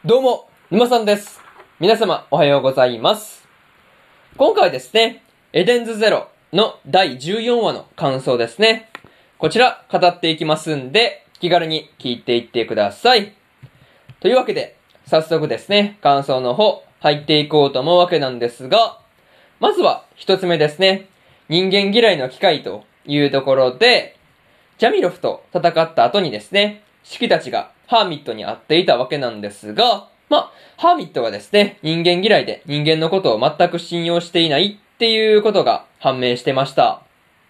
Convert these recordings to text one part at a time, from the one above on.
どうも、沼さんです。皆様、おはようございます。今回はですね、エデンズゼロの第14話の感想ですね。こちら、語っていきますんで、気軽に聞いていってください。というわけで、早速ですね、感想の方、入っていこうと思うわけなんですが、まずは、一つ目ですね、人間嫌いの機械というところで、ジャミロフと戦った後にですね、シキたちがハーミットに会っていたわけなんですが、ハーミットがですね、人間嫌いで人間のことを全く信用していないっていうことが判明してました。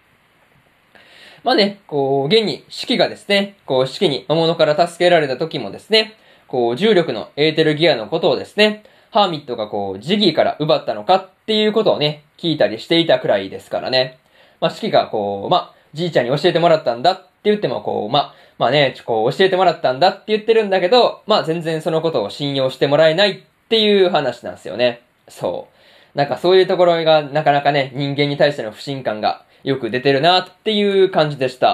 現にシキがですね、シキに魔物から助けられた時もですね、重力のエーテルギアのことをですね、ハーミットがジギーから奪ったのかっていうことをね、聞いたりしていたくらいですからね。シキがじいちゃんに教えてもらったんだって言っても教えてもらったんだって言ってるんだけど、全然そのことを信用してもらえないっていう話なんですよね。そう。そういうところがなかなかね、人間に対しての不信感がよく出てるなっていう感じでした。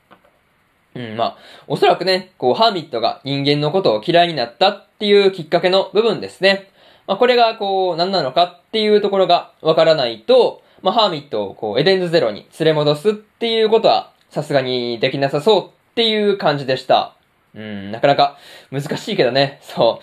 おそらくね、ハーミットが人間のことを嫌いになったっていうきっかけの部分ですね。これが何なのかっていうところがわからないと、ハーミットをエデンズゼロに連れ戻すっていうことはさすがにできなさそうっていう感じでした。なかなか難しいけどね。そう。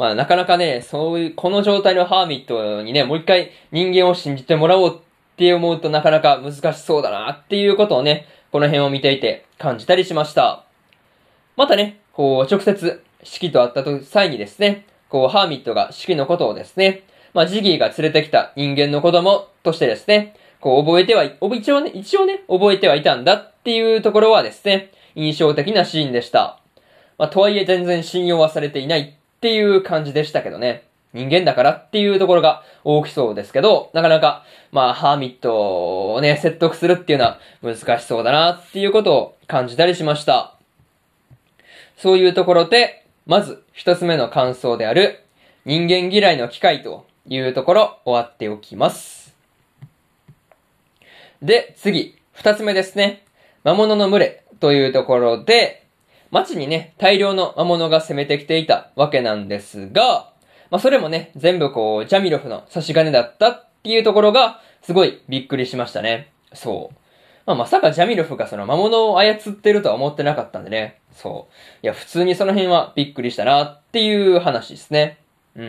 なかなかね、そういう、この状態のハーミットにね、もう一回人間を信じてもらおうって思うとなかなか難しそうだなっていうことをね、この辺を見ていて感じたりしました。またね、直接、シキと会った際にですね、ハーミットがシキのことをですね、ジギーが連れてきた人間の子供としてですね、一応ね、覚えてはいたんだっていうところはですね、印象的なシーンでした。とはいえ全然信用はされていないっていう感じでしたけどね。人間だからっていうところが大きそうですけど、なかなか、ハーミットをね、説得するっていうのは難しそうだなっていうことを感じたりしました。そういうところで、まず一つ目の感想である、人間嫌いの機械というところ終わっておきます。で、次、二つ目ですね。魔物の群れというところで、街にね、大量の魔物が攻めてきていたわけなんですが、それもね、全部ジャミロフの差し金だったっていうところが、すごいびっくりしましたね。そう。まさかジャミロフがその魔物を操ってるとは思ってなかったんでね。そう。いや、普通にその辺はびっくりしたなっていう話ですね。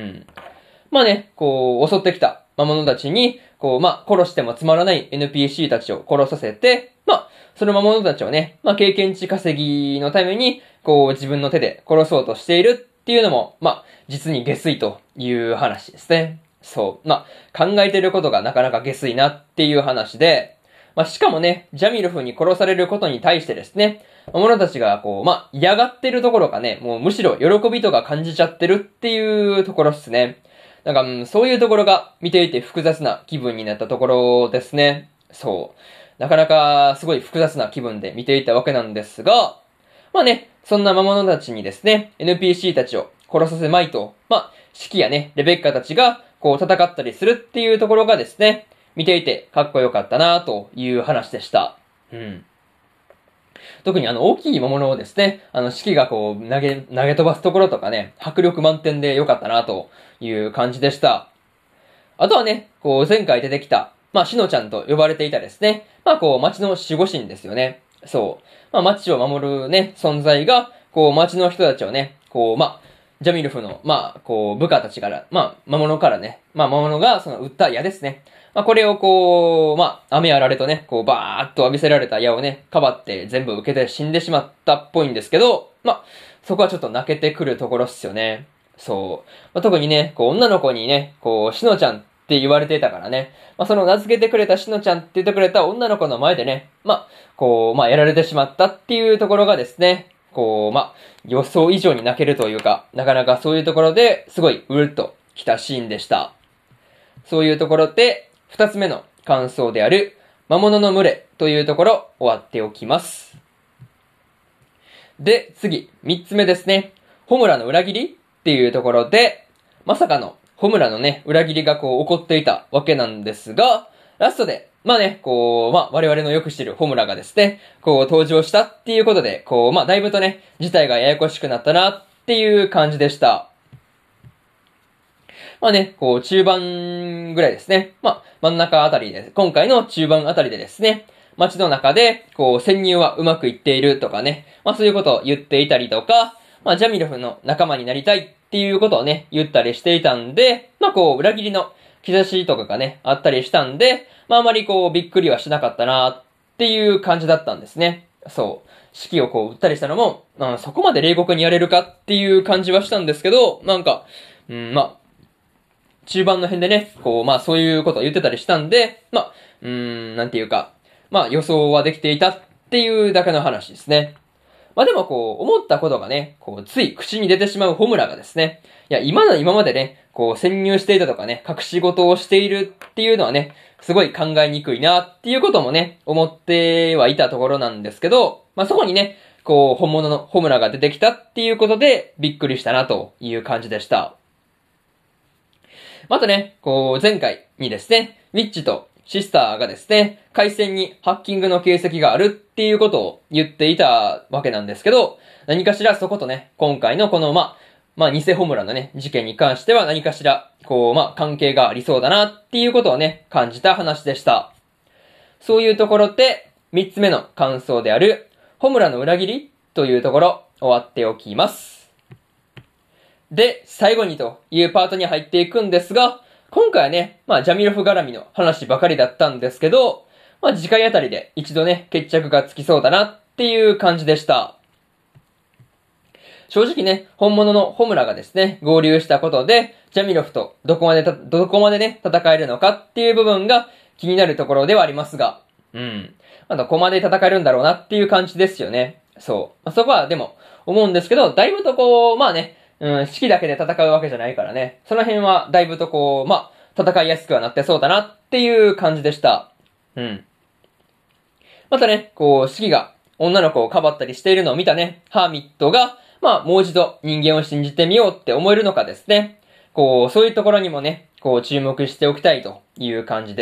襲ってきた魔物たちに、殺してもつまらない NPC たちを殺させて、その魔物たちをね、経験値稼ぎのために、自分の手で殺そうとしているっていうのも、実に下水という話ですね。そう。考えてることがなかなか下水なっていう話で、しかもね、ジャミロフに殺されることに対してですね、魔物たちが嫌がってるところかね、もうむしろ喜びとか感じちゃってるっていうところですね。そういうところが見ていて複雑な気分になったところですね。そう。なかなかすごい複雑な気分で見ていたわけなんですが、そんな魔物たちにですね、NPC たちを殺させまいと、シキやね、レベッカたちが戦ったりするっていうところがですね、見ていてかっこよかったなという話でした。特に大きい魔物をですね、シキが投げ飛ばすところとかね、迫力満点で良かったなという感じでした。あとはね、前回出てきた、シノちゃんと呼ばれていたですね、町の守護神ですよね。そう。町を守るね、存在が、町の人たちをね、ジャミルフの、部下たちから、魔物からね、魔物が、売った矢ですね。これを雨あられとね、バーっと浴びせられた矢をね、かばって全部受けて死んでしまったっぽいんですけど、そこはちょっと泣けてくるところっすよね。そう。特にね、女の子にね、しのちゃんって言われてたからね。その名付けてくれたしのちゃんって言ってくれた女の子の前でね、やられてしまったっていうところがですね、予想以上に泣けるというか、なかなかそういうところですごいうるっと来たシーンでした。そういうところで、二つ目の感想である、魔物の群れというところ終わっておきます。で、次、三つ目ですね。ホムラの裏切りっていうところで、まさかのホムラのね、裏切りが起こっていたわけなんですが、ラストで、我々のよく知るホムラがですね、登場したっていうことで、だいぶとね、事態がややこしくなったなっていう感じでした。 まあね、こう中盤ぐらいですね。まあ真ん中あたりで、今回の中盤あたりでですね、街の中で、こう潜入はうまくいっているとかね、まあそういうことを言っていたりとか、まあジャミロフの仲間になりたいっていうことをね、言ったりしていたんで、まあこう裏切りの兆しとかがね、あったりしたんで、まああまりこうびっくりはしなかったなっていう感じだったんですね。そう。士気をこう売ったりしたのも、そこまで冷酷にやれるかっていう感じはしたんですけど、なんか、まあ、中盤の辺でね、こう、まあそういうことを言ってたりしたんで、まあ、なんていうか、まあ予想はできていたっていうだけの話ですね。まあでもこう、思ったことがね、こう、つい口に出てしまうホムラがですね、いや、今までね、こう、潜入していたとかね、隠し事をしているっていうのはね、すごい考えにくいなっていうこともね、思ってはいたところなんですけど、まあそこにね、こう、本物のホムラが出てきたっていうことで、びっくりしたなという感じでした。またね、こう、前回にですね、ウィッチとシスターがですね、回線にハッキングの形跡があるっていうことを言っていたわけなんですけど、何かしらそことね、今回のこの、まあ、偽ホムラのね、事件に関しては何かしら、こう、まあ、関係がありそうだなっていうことをね、感じた話でした。そういうところで、三つ目の感想である、ホムラの裏切りというところ、終わっておきます。で、最後にというパートに入っていくんですが、今回はね、まあ、ジャミロフ絡みの話ばかりだったんですけど、まあ、次回あたりで一度ね、決着がつきそうだなっていう感じでした。正直ね、本物のホムラがですね、合流したことで、ジャミロフとどこまでね、戦えるのかっていう部分が気になるところではありますが、まあ、どこまで戦えるんだろうなっていう感じですよね。そう。まあ、そこはでも、思うんですけど、だいぶとこう、まあね、士気だけで戦うわけじゃないからね。その辺はだいぶとこう、まあ、戦いやすくはなってそうだなっていう感じでした。またね、こう、士気が女の子をかばったりしているのを見たね、ハーミットが、まあ、もう一度人間を信じてみようって思えるのかですね。こう、そういうところにもね、こう、注目しておきたいという感じです。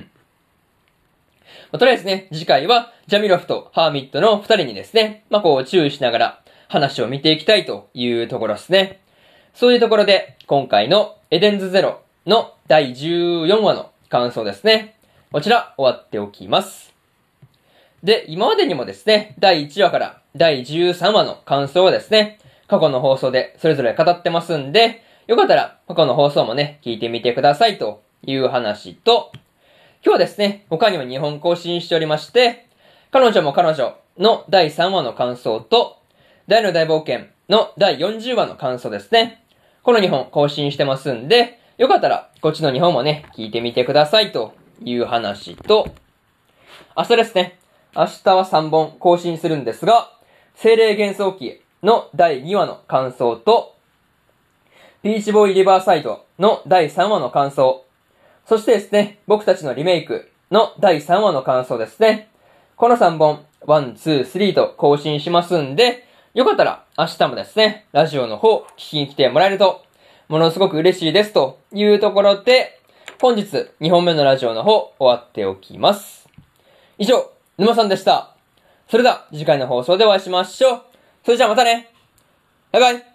とりあえずね、次回は、ジャミロフとハーミットの二人にですね、まあ、こう、注意しながら、話を見ていきたいというところですね。そういうところで、今回のエデンズゼロの第14話の感想ですね。こちら、終わっておきます。で、今までにもですね、第1話から第13話の感想はですね、過去の放送でそれぞれ語ってますんで、よかったら過去の放送もね、聞いてみてくださいという話と、今日はですね、他にも2本更新しておりまして、彼女も彼女の第3話の感想と、大の大冒険の第40話の感想ですね。この2本更新してますんで、よかったらこっちの2本もね、聞いてみてくださいという話と、明日ですね。明日は3本更新するんですが、精霊幻想記の第2話の感想と、ビーチボーイリバーサイドの第3話の感想、そしてですね、僕たちのリメイクの第3話の感想ですね。この3本、1、2、3と更新しますんで、よかったら明日もですね、ラジオの方聞きに来てもらえると、ものすごく嬉しいですというところで、本日2本目のラジオの方終わっておきます。以上、沼さんでした。それでは次回の放送でお会いしましょう。それじゃあまたね。バイバイ。